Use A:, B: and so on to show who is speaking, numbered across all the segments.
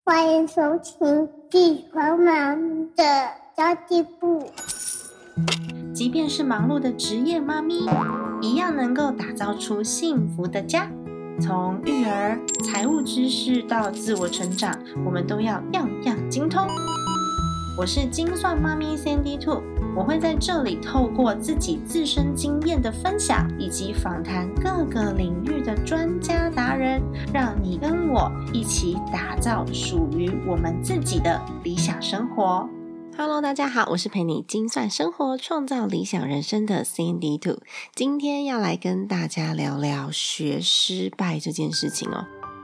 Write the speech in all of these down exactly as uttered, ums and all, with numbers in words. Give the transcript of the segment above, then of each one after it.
A: 欢迎收听地狂妈咪的交际部。
B: 即便是忙碌的职业妈咪，一样能够打造出幸福的家。从育儿、财务知识到自我成长，我们都要样样精通。我是精算妈咪 Sandy Two， 我会在这里透过自己自身经验的分享，以及访谈各个领域的专家达人，让你跟我一起打造属于我们自己的理想生活。Hello， 大家好，我是陪你精算生活、创造理想人生的 Sandy Two。今天要来跟大家聊聊学失败这件事情哦。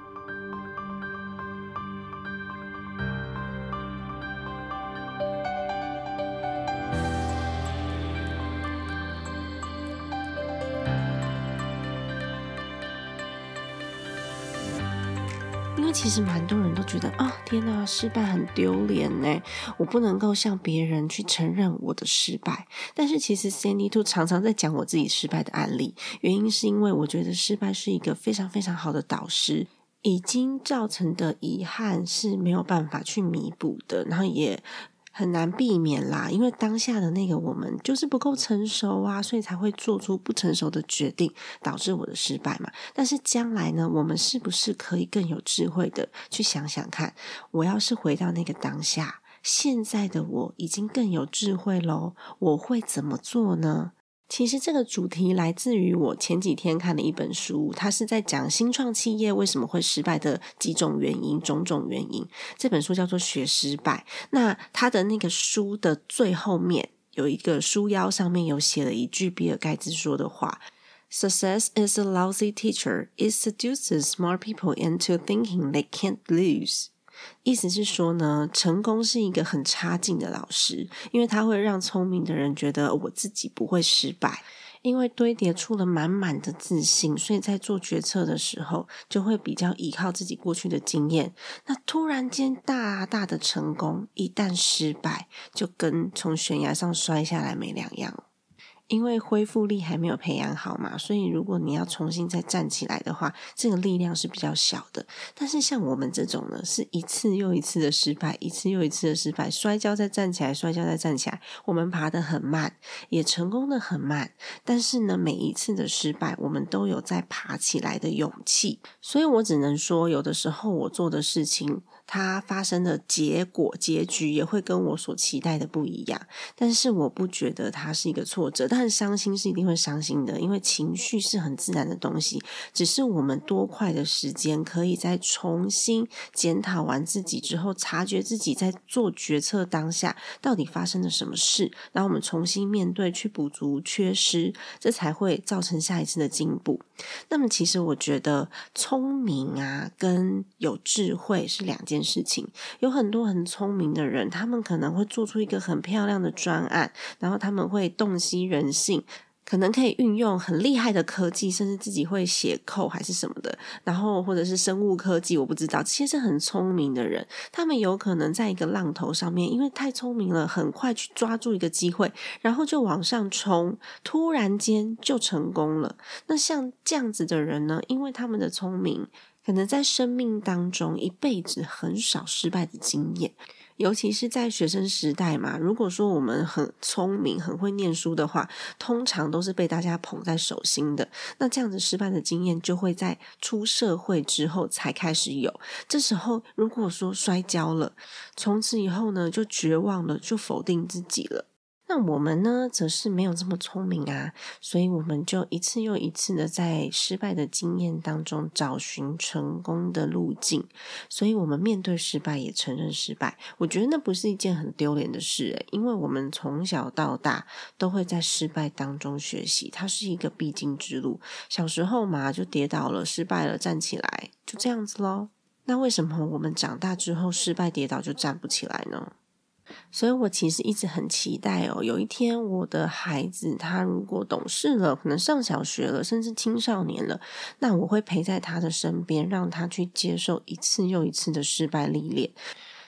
B: 因为其实蛮多人都觉得啊，天哪，失败很丢脸耶，我不能够向别人去承认我的失败。但是其实 Sandy Two 常常在讲我自己失败的案例，原因是因为我觉得失败是一个非常非常好的导师，已经造成的遗憾是没有办法去弥补的，然后也很难避免啦，因为当下的那个我们就是不够成熟啊，所以才会做出不成熟的决定，导致我的失败嘛。但是将来呢，我们是不是可以更有智慧的去想想看，我要是回到那个当下，现在的我已经更有智慧咯，我会怎么做呢？其实这个主题来自于我前几天看的一本书，它是在讲新创企业为什么会失败的几种原因，种种原因。这本书叫做《学失败》，那它的那个书的最后面有一个书腰上面有写了一句比尔盖茨说的话， Success is a lousy teacher. It seduces smart people into thinking they can't lose.意思是说呢，成功是一个很差劲的老师，因为他会让聪明的人觉得我自己不会失败，因为堆叠出了满满的自信，所以在做决策的时候就会比较依靠自己过去的经验。那突然间大大的成功，一旦失败，就跟从悬崖上摔下来没两样。因为恢复力还没有培养好嘛，所以如果你要重新再站起来的话，这个力量是比较小的。但是像我们这种呢，是一次又一次的失败，一次又一次的失败，摔跤再站起来，摔跤再站起来，我们爬得很慢，也成功得很慢。但是呢，每一次的失败，我们都有再爬起来的勇气。所以我只能说，有的时候我做的事情，它发生的结果结局也会跟我所期待的不一样，但是我不觉得它是一个挫折。但伤心是一定会伤心的，因为情绪是很自然的东西，只是我们多快的时间可以再重新检讨完自己之后，察觉自己在做决策当下到底发生了什么事，然后我们重新面对，去补足缺失，这才会造成下一次的进步。那么其实我觉得聪明啊跟有智慧是两件事情。有很多很聪明的人，他们可能会做出一个很漂亮的专案，然后他们会洞悉人性，可能可以运用很厉害的科技，甚至自己会写code还是什么的，然后或者是生物科技，我不知道，这些是很聪明的人，他们有可能在一个浪头上面，因为太聪明了，很快去抓住一个机会，然后就往上冲，突然间就成功了。那像这样子的人呢，因为他们的聪明，可能在生命当中一辈子很少失败的经验，尤其是在学生时代嘛，如果说我们很聪明很会念书的话，通常都是被大家捧在手心的，那这样子失败的经验就会在出社会之后才开始有。这时候如果说摔跤了，从此以后呢就绝望了，就否定自己了。那我们呢则是没有这么聪明啊，所以我们就一次又一次的在失败的经验当中找寻成功的路径，所以我们面对失败也承认失败。我觉得那不是一件很丢脸的事诶，因为我们从小到大都会在失败当中学习，它是一个必经之路。小时候嘛，就跌倒了，失败了，站起来，就这样子咯。那为什么我们长大之后失败跌倒就站不起来呢？所以我其实一直很期待哦，有一天我的孩子他如果懂事了，可能上小学了，甚至青少年了，那我会陪在他的身边，让他去接受一次又一次的失败历练。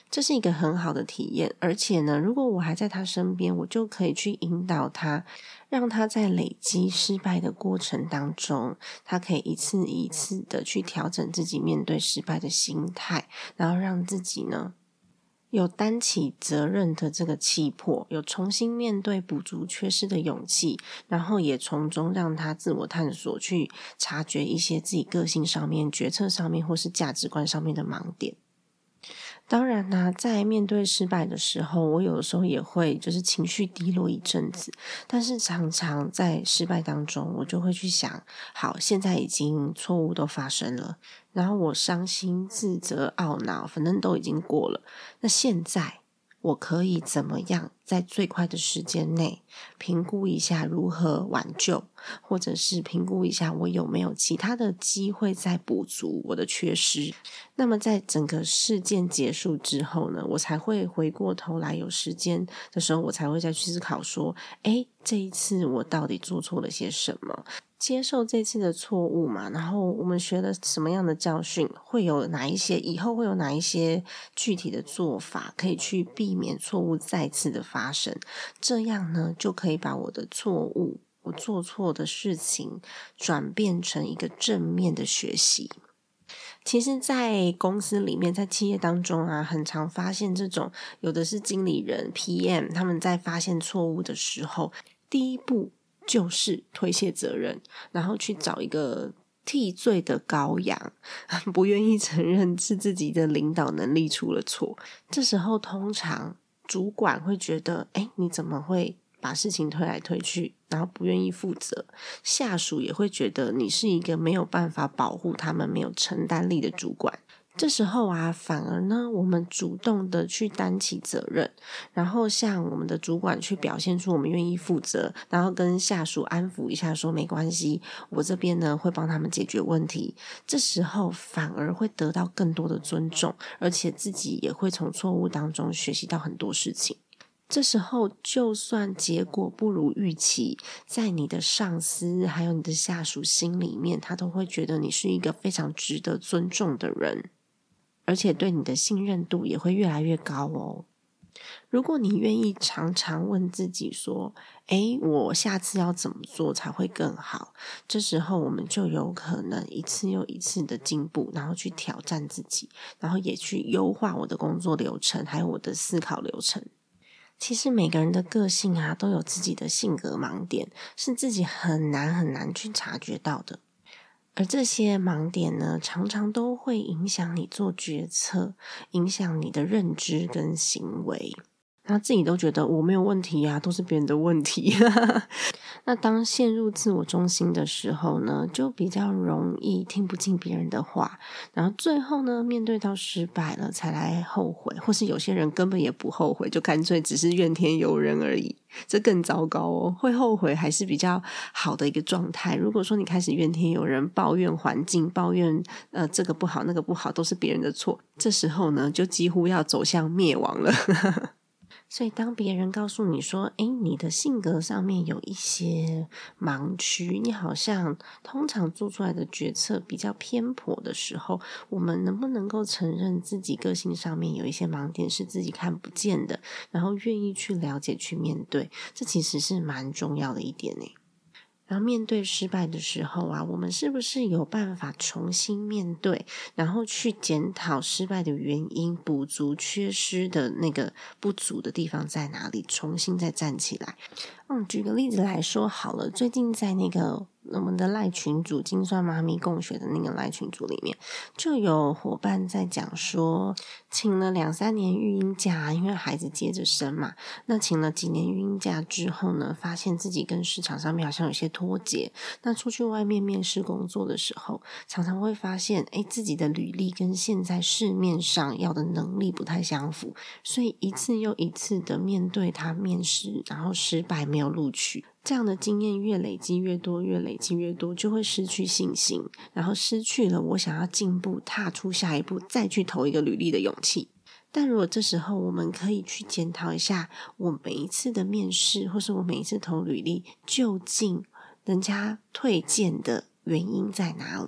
B: 这是一个很好的体验，而且呢，如果我还在他身边，我就可以去引导他，让他在累积失败的过程当中，他可以一次一次的去调整自己面对失败的心态，然后让自己呢有担起责任的这个气魄，有重新面对补足缺失的勇气，然后也从中让他自我探索，去察觉一些自己个性上面、决策上面或是价值观上面的盲点。当然啦、啊，在面对失败的时候，我有的时候也会就是情绪低落一阵子，但是常常在失败当中，我就会去想，好，现在已经错误都发生了，然后我伤心、自责、懊恼，反正都已经过了，那现在我可以怎么样在最快的时间内评估一下如何挽救，或者是评估一下我有没有其他的机会再补足我的缺失。那么在整个事件结束之后呢，我才会回过头来，有时间的时候我才会再去思考说，诶，这一次我到底做错了些什么，接受这次的错误嘛，然后我们学了什么样的教训，会有哪一些以后会有哪一些具体的做法可以去避免错误再次的发生，这样呢就可以把我的错误，我做错的事情转变成一个正面的学习。其实在公司里面，在企业当中啊，很常发现这种有的是经理人 P M 他们在发现错误的时候，第一步就是推卸责任，然后去找一个替罪的羔羊，不愿意承认是自己的领导能力出了错。这时候通常主管会觉得，诶，你怎么会把事情推来推去，然后不愿意负责，下属也会觉得你是一个没有办法保护他们、没有承担力的主管。这时候啊，反而呢，我们主动的去担起责任，然后向我们的主管去表现出我们愿意负责，然后跟下属安抚一下说没关系，我这边呢会帮他们解决问题。这时候反而会得到更多的尊重，而且自己也会从错误当中学习到很多事情。这时候就算结果不如预期，在你的上司还有你的下属心里面，他都会觉得你是一个非常值得尊重的人，而且对你的信任度也会越来越高哦。如果你愿意常常问自己说，诶，我下次要怎么做才会更好？这时候我们就有可能一次又一次的进步，然后去挑战自己，然后也去优化我的工作流程，还有我的思考流程。其实每个人的个性啊，都有自己的性格盲点，是自己很难很难去察觉到的。而这些盲点呢，常常都会影响你做决策，影响你的认知跟行为。然后自己都觉得我没有问题啊，都是别人的问题。那当陷入自我中心的时候呢，就比较容易听不进别人的话，然后最后呢，面对到失败了才来后悔，或是有些人根本也不后悔，就干脆只是怨天尤人而已，这更糟糕哦。会后悔还是比较好的一个状态。如果说你开始怨天尤人，抱怨环境，抱怨呃这个不好那个不好，都是别人的错，这时候呢，就几乎要走向灭亡了。所以当别人告诉你说，诶，你的性格上面有一些盲区，你好像通常做出来的决策比较偏颇的时候，我们能不能够承认自己个性上面有一些盲点是自己看不见的，然后愿意去了解去面对，这其实是蛮重要的一点耶。然后面对失败的时候啊，我们是不是有办法重新面对，然后去检讨失败的原因，补足缺失的那个不足的地方在哪里，重新再站起来。嗯，举个例子来说好了，最近在那个我们的赖群组精算妈咪共学的那个赖群组里面，就有伙伴在讲说，请了两三年育婴假，因为孩子接着生嘛，那请了几年育婴假之后呢，发现自己跟市场上面好像有些脱节，那出去外面面试工作的时候，常常会发现，诶，自己的履历跟现在市面上要的能力不太相符，所以一次又一次的面对他面试，然后失败没有录取，这样的经验越累积越多，越累积越多，就会失去信心，然后失去了我想要进步，踏出下一步，再去投一个履历的勇气。但如果这时候我们可以去检讨一下，我每一次的面试，或是我每一次投履历，究竟人家推荐的原因在哪里？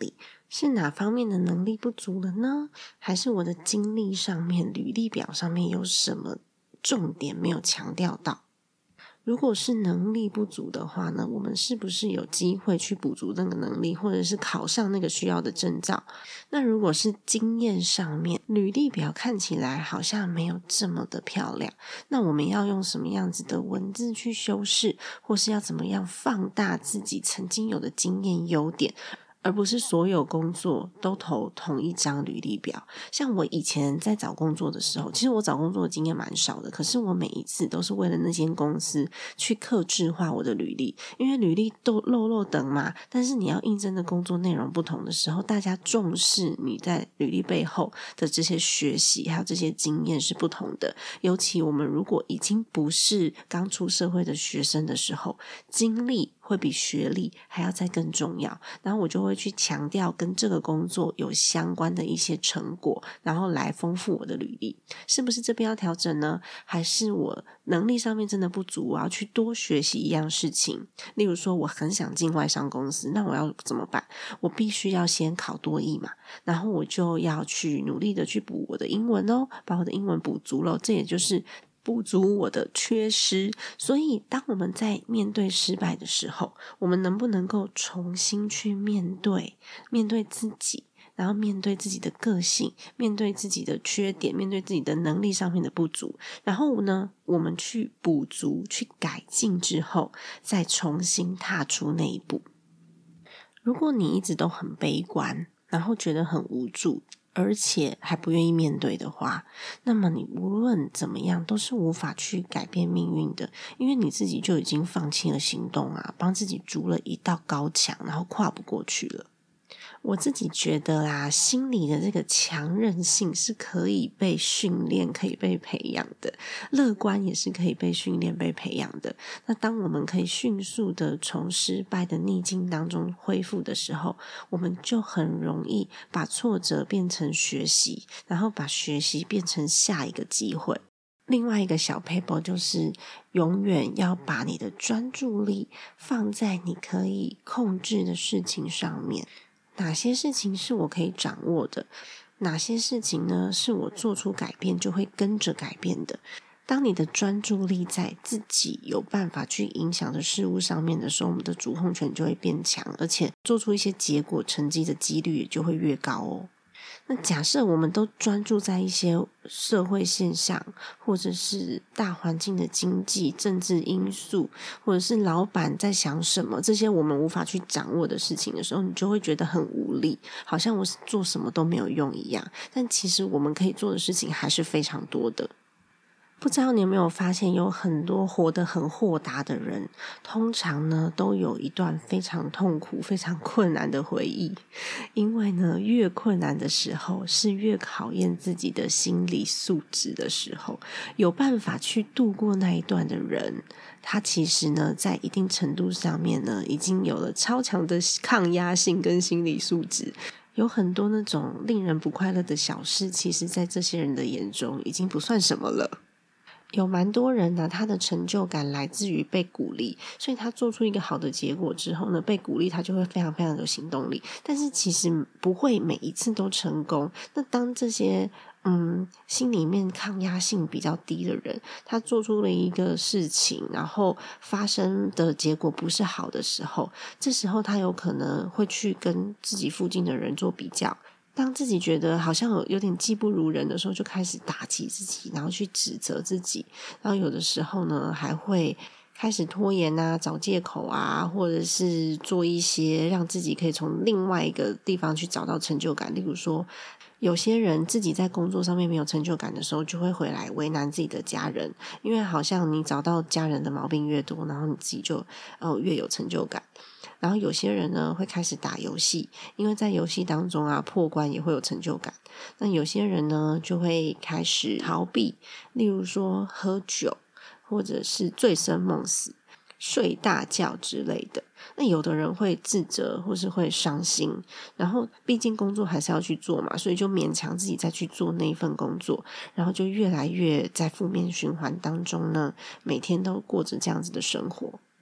B: 是哪方面的能力不足了呢？还是我的经历上面，履历表上面有什么重点没有强调到？如果是能力不足的话呢，我们是不是有机会去补足那个能力，或者是考上那个需要的证照？那如果是经验上面，履历表看起来好像没有这么的漂亮，那我们要用什么样子的文字去修饰，或是要怎么样放大自己曾经有的经验优点，而不是所有工作都投同一张履历表。像我以前在找工作的时候，其实我找工作的经验蛮少的，可是我每一次都是为了那间公司去客制化我的履历，因为履历都漏漏等嘛，但是你要应征的工作内容不同的时候，大家重视你在履历背后的这些学习还有这些经验是不同的。尤其我们如果已经不是刚出社会的学生的时候，经历会比学历还要再更重要，然后我就会去强调跟这个工作有相关的一些成果，然后来丰富我的履历。是不是这边要调整呢？还是我能力上面真的不足，我要去多学习一样事情？例如说我很想进外商公司，那我要怎么办？我必须要先考多益嘛，然后我就要去努力的去补我的英文哦，把我的英文补足了，这也就是补足我的缺失。所以当我们在面对失败的时候，我们能不能够重新去面对面对自己，然后面对自己的个性，面对自己的缺点，面对自己的能力上面的不足，然后呢我们去补足去改进之后，再重新踏出那一步。如果你一直都很悲观，然后觉得很无助，而且还不愿意面对的话，那么你无论怎么样都是无法去改变命运的，因为你自己就已经放弃了行动啊，帮自己筑了一道高墙，然后跨不过去了。我自己觉得啦，心理的这个强韧性是可以被训练，可以被培养的，乐观也是可以被训练被培养的。那当我们可以迅速的从失败的逆境当中恢复的时候，我们就很容易把挫折变成学习，然后把学习变成下一个机会。另外一个小 paper 就是永远要把你的专注力放在你可以控制的事情上面。哪些事情是我可以掌握的？哪些事情呢是我做出改变就会跟着改变的？当你的专注力在自己有办法去影响的事物上面的时候，我们的主控权就会变强，而且做出一些结果成绩的几率也就会越高哦。那假设我们都专注在一些社会现象，或者是大环境的经济、政治因素，或者是老板在想什么，这些我们无法去掌握的事情的时候，你就会觉得很无力，好像我做什么都没有用一样。但其实我们可以做的事情还是非常多的。不知道你有没有发现，有很多活得很豁达的人，通常呢都有一段非常痛苦、非常困难的回忆。因为呢，越困难的时候，是越考验自己的心理素质的时候。有办法去度过那一段的人，他其实呢，在一定程度上面呢，已经有了超强的抗压性跟心理素质。有很多那种令人不快乐的小事，其实在这些人的眼中已经不算什么了。有蛮多人呢，他的成就感来自于被鼓励，所以他做出一个好的结果之后呢，被鼓励他就会非常非常有行动力，但是其实不会每一次都成功。那当这些嗯心里面抗压性比较低的人，他做出了一个事情，然后发生的结果不是好的时候，这时候他有可能会去跟自己附近的人做比较，当自己觉得好像有点技不如人的时候，就开始打击自己，然后去指责自己，然后有的时候呢还会开始拖延啊，找借口啊，或者是做一些让自己可以从另外一个地方去找到成就感。例如说有些人自己在工作上面没有成就感的时候，就会回来为难自己的家人，因为好像你找到家人的毛病越多，然后你自己就呃越有成就感。然后有些人呢会开始打游戏，因为在游戏当中啊破关也会有成就感。那有些人呢就会开始逃避，例如说喝酒，或者是醉生梦死、睡大觉之类的。那有的人会自责或是会伤心，然后毕竟工作还是要去做嘛，所以就勉强自己再去做那一份工作，然后就越来越在负面循环当中呢，每天都过着这样子的生活。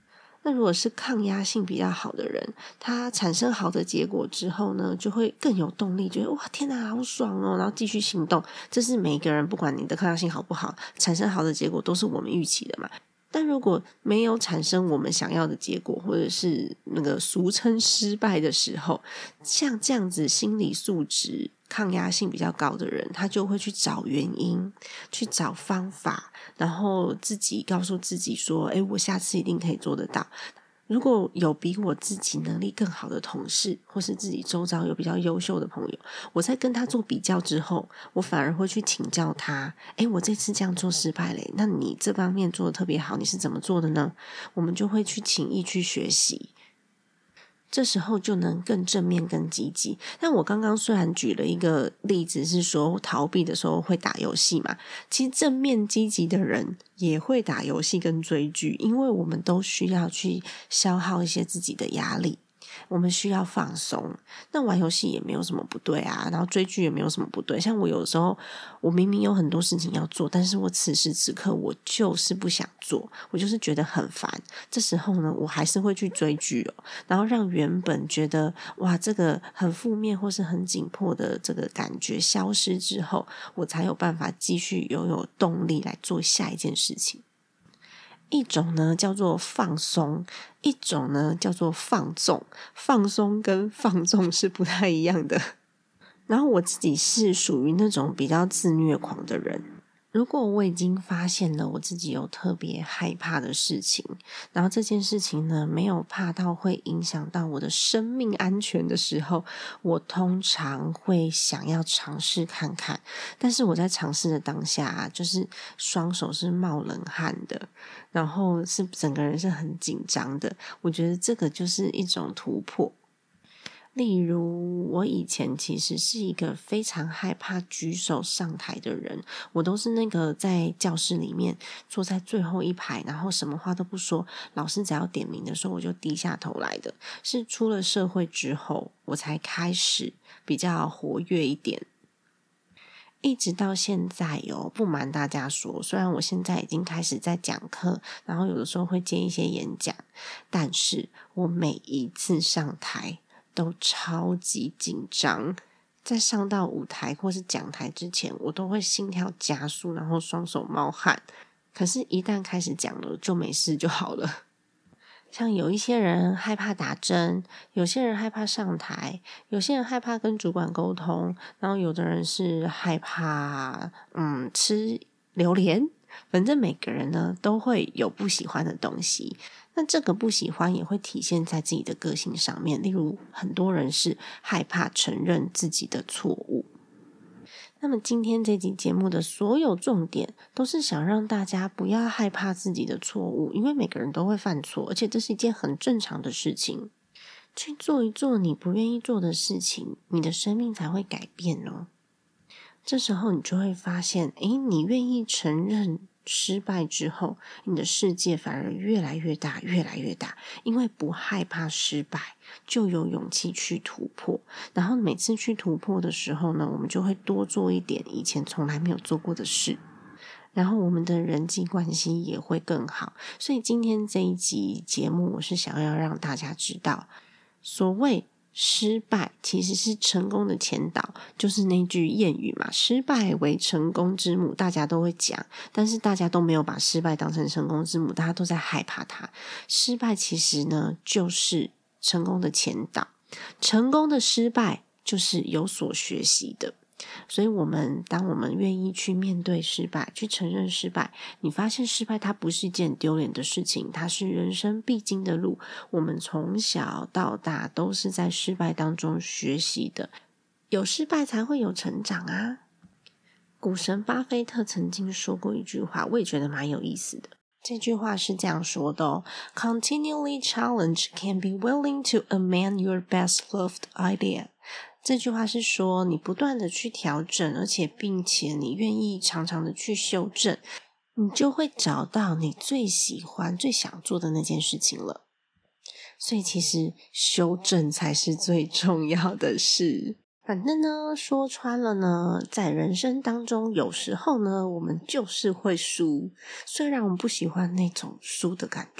B: 那如果是抗压性比较好的人，他产生好的结果之后呢，就会更有动力，觉得哇天哪好爽哦，然后继续行动。这是每一个人不管你的抗压性好不好，产生好的结果都是我们预期的嘛。但如果没有产生我们想要的结果，或者是那个俗称失败的时候，像这样子心理素质抗压性比较高的人，他就会去找原因，去找方法，然后自己告诉自己说，诶，我下次一定可以做得到。如果有比我自己能力更好的同事，或是自己周遭有比较优秀的朋友，我在跟他做比较之后，我反而会去请教他，诶，我这次这样做失败了，那你这方面做得特别好，你是怎么做的呢？我们就会去请益去学习，这时候就能更正面更积极。但我刚刚虽然举了一个例子是说逃避的时候会打游戏嘛，其实正面积极的人也会打游戏跟追剧，因为我们都需要去消耗一些自己的压力，我们需要放松。那玩游戏也没有什么不对啊，然后追剧也没有什么不对。像我有时候我明明有很多事情要做，但是我此时此刻我就是不想做，我就是觉得很烦，这时候呢我还是会去追剧哦，然后让原本觉得哇这个很负面或是很紧迫的这个感觉消失之后，我才有办法继续拥有动力来做下一件事情。一种呢叫做放松，一种呢叫做放纵。放松跟放纵是不太一样的。然后我自己是属于那种比较自虐狂的人，如果我已经发现了我自己有特别害怕的事情，然后这件事情呢没有怕到会影响到我的生命安全的时候，我通常会想要尝试看看。但是我在尝试的当下啊，就是双手是冒冷汗的，然后是整个人是很紧张的，我觉得这个就是一种突破。例如我以前其实是一个非常害怕举手上台的人，我都是那个在教室里面坐在最后一排，然后什么话都不说，老师只要点名的时候我就低下头来的。是出了社会之后我才开始比较活跃一点，一直到现在哦，不瞒大家说，虽然我现在已经开始在讲课，然后有的时候会接一些演讲，但是我每一次上台都超级紧张，在上到舞台或是讲台之前，我都会心跳加速，然后双手冒汗。可是一旦开始讲了，就没事就好了。像有一些人害怕打针，有些人害怕上台，有些人害怕跟主管沟通，然后有的人是害怕嗯吃榴莲，反正每个人呢都会有不喜欢的东西。那这个不喜欢也会体现在自己的个性上面，例如很多人是害怕承认自己的错误。那么今天这集节目的所有重点都是想让大家不要害怕自己的错误，因为每个人都会犯错，而且这是一件很正常的事情。去做一做你不愿意做的事情，你的生命才会改变哦。这时候你就会发现，诶，你愿意承认失败之后，你的世界反而越来越大越来越大，因为不害怕失败，就有勇气去突破。然后每次去突破的时候呢，我们就会多做一点以前从来没有做过的事，然后我们的人际关系也会更好。所以今天这一集节目，我是想要让大家知道，所谓失败其实是成功的前导，就是那句谚语嘛，失败为成功之母，大家都会讲，但是大家都没有把失败当成成功之母，大家都在害怕它。失败其实呢就是成功的前导，成功的失败就是有所学习的。所以我们当我们愿意去面对失败，去承认失败，你发现失败它不是一件丢脸的事情，它是人生必经的路。我们从小到大都是在失败当中学习的，有失败才会有成长啊。股神巴菲特曾经说过一句话，我也觉得蛮有意思的。这句话是这样说的哦 Continually challenge can be willing to amend your best loved idea。这句话是说，你不断的去调整，而且并且你愿意常常的去修正，你就会找到你最喜欢最想做的那件事情了。所以其实修正才是最重要的事。反正呢，说穿了呢，在人生当中有时候呢，我们就是会输，虽然我们不喜欢那种输的感觉，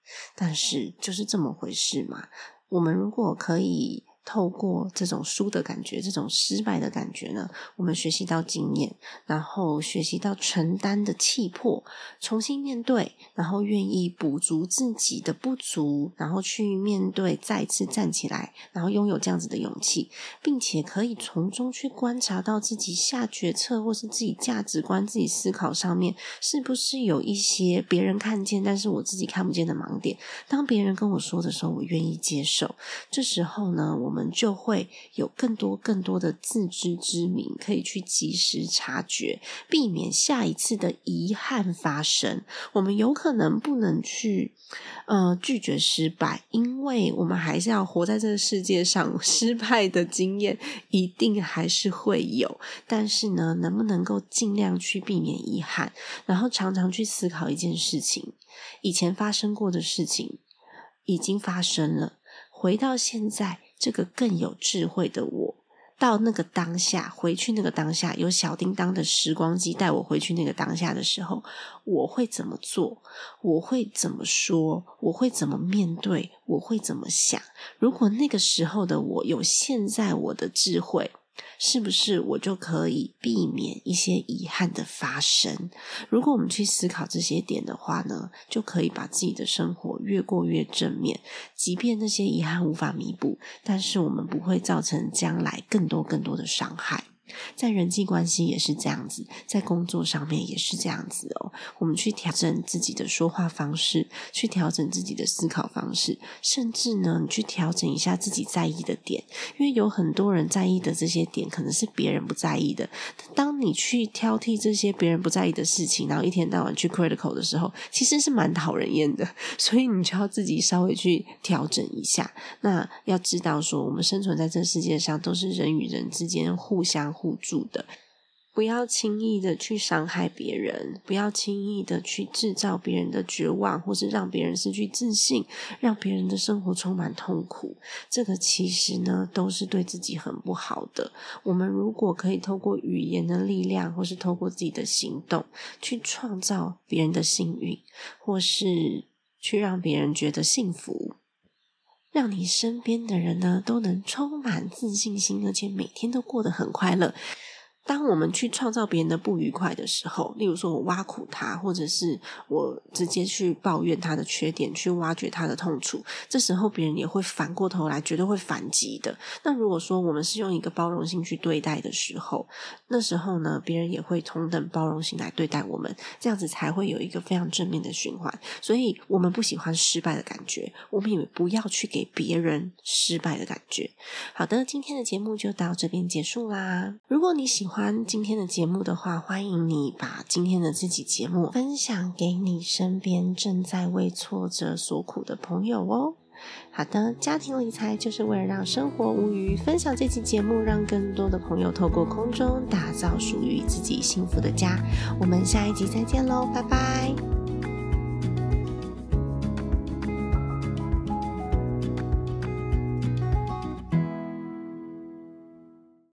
B: 但是就是这么回事嘛。我们如果可以透过这种输的感觉，这种失败的感觉呢，我们学习到经验，然后学习到承担的气魄，重新面对，然后愿意补足自己的不足，然后去面对，再次站起来，然后拥有这样子的勇气，并且可以从中去观察到自己下决策或是自己价值观、自己思考上面是不是有一些别人看见但是我自己看不见的盲点。当别人跟我说的时候，我愿意接受，这时候呢，我们就会有更多更多的自知之明，可以去及时察觉，避免下一次的遗憾发生。我们有可能不能去呃拒绝失败，因为我们还是要活在这个世界上，失败的经验一定还是会有，但是呢，能不能够尽量去避免遗憾，然后常常去思考一件事情，以前发生过的事情已经发生了，回到现在这个更有智慧的我，到那个当下，回去那个当下，有小叮当的时光机带我回去那个当下的时候，我会怎么做？我会怎么说？我会怎么面对？我会怎么想？如果那个时候的我有现在我的智慧，是不是我就可以避免一些遗憾的发生？如果我们去思考这些点的话呢，就可以把自己的生活越过越正面，即便那些遗憾无法弥补，但是我们不会造成将来更多更多的伤害。在人际关系也是这样子，在工作上面也是这样子哦。我们去调整自己的说话方式，去调整自己的思考方式，甚至呢，你去调整一下自己在意的点，因为有很多人在意的这些点可能是别人不在意的。当你去挑剔这些别人不在意的事情，然后一天到晚去 critical 的时候，其实是蛮讨人厌的，所以你就要自己稍微去调整一下。那要知道说，我们生存在这世界上都是人与人之间互相互助的，不要轻易的去伤害别人，不要轻易的去制造别人的绝望，或是让别人失去自信，让别人的生活充满痛苦。这个其实呢，都是对自己很不好的。我们如果可以透过语言的力量，或是透过自己的行动，去创造别人的幸运，或是去让别人觉得幸福，让你身边的人呢都能充满自信心，而且每天都过得很快乐。当我们去创造别人的不愉快的时候，例如说我挖苦他，或者是我直接去抱怨他的缺点，去挖掘他的痛处，这时候别人也会反过头来，绝对会反击的。那如果说我们是用一个包容性去对待的时候，那时候呢，别人也会同等包容性来对待我们，这样子才会有一个非常正面的循环。所以我们不喜欢失败的感觉，我们也不要去给别人失败的感觉。好的，今天的节目就到这边结束啦。如果你喜欢喜欢今天的节目的话，欢迎你把今天的这期节目分享给你身边正在为挫折所苦的朋友哦。好的，家庭理财就是为了让生活无虞，分享这期节目，让更多的朋友透过空中打造属于自己幸福的家。我们下一集再见咯，拜拜。